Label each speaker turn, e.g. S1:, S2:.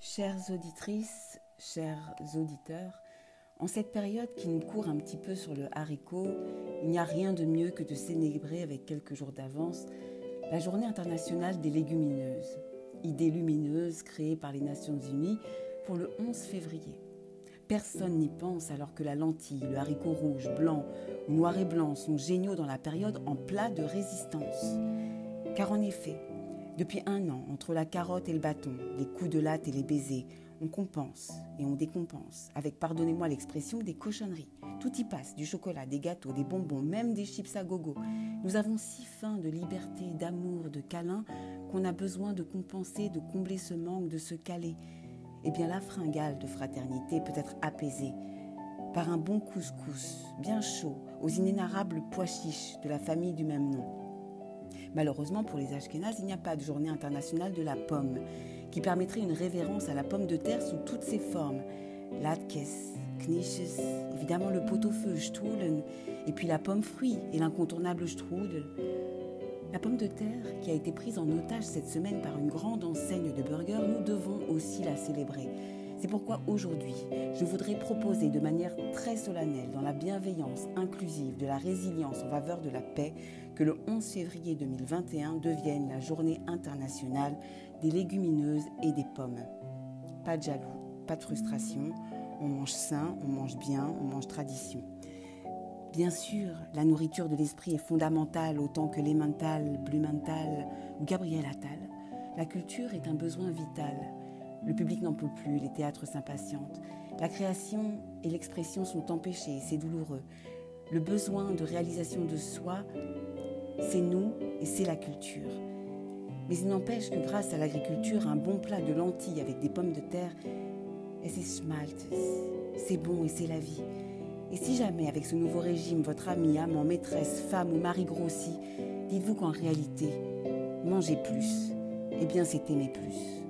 S1: Chères auditrices, chers auditeurs, en cette période qui nous court un petit peu sur le haricot, il n'y a rien de mieux que de célébrer avec quelques jours d'avance la Journée internationale des légumineuses, idée lumineuse créée par les Nations Unies pour le 11 février. Personne n'y pense alors que la lentille, le haricot rouge, blanc ou noir et blanc sont géniaux dans la période en plat de résistance. Car en effet, depuis 1 an, entre la carotte et le bâton, les coups de latte et les baisers, on compense et on décompense, avec, pardonnez-moi l'expression, des cochonneries. Tout y passe, du chocolat, des gâteaux, des bonbons, même des chips à gogo. Nous avons si faim de liberté, d'amour, de câlin, qu'on a besoin de compenser, de combler ce manque, de se caler. Eh bien, la fringale de fraternité peut être apaisée par un bon couscous, bien chaud, aux inénarrables pois chiches de la famille du même nom. Malheureusement, pour les Ashkénazes, il n'y a pas de journée internationale de la pomme, qui permettrait une révérence à la pomme de terre sous toutes ses formes. Latkes, knishes, évidemment le pot-au-feu, Strudeln, et puis la pomme fruit et l'incontournable Strudel. La pomme de terre, qui a été prise en otage cette semaine par une grande enseigne de burgers, nous devons aussi la célébrer. C'est pourquoi aujourd'hui, je voudrais proposer de manière très solennelle, dans la bienveillance inclusive, de la résilience en faveur de la paix, que le 11 février 2021 devienne la journée internationale des légumineuses et des pommes. Pas de jaloux, pas de frustration, on mange sain, on mange bien, on mange tradition. Bien sûr, la nourriture de l'esprit est fondamentale autant que l'Emmental, Blumenthal ou Gabriel Attal. La culture est un besoin vital. Le public n'en peut plus, les théâtres s'impatientent. La création et l'expression sont empêchées, c'est douloureux. Le besoin de réalisation de soi, c'est nous et c'est la culture. Mais il n'empêche que grâce à l'agriculture, un bon plat de lentilles avec des pommes de terre, c'est bon et c'est la vie. Et si jamais, avec ce nouveau régime, votre amie, amant, maîtresse, femme ou mari grossit, dites-vous qu'en réalité, manger plus, eh bien c'est aimer plus.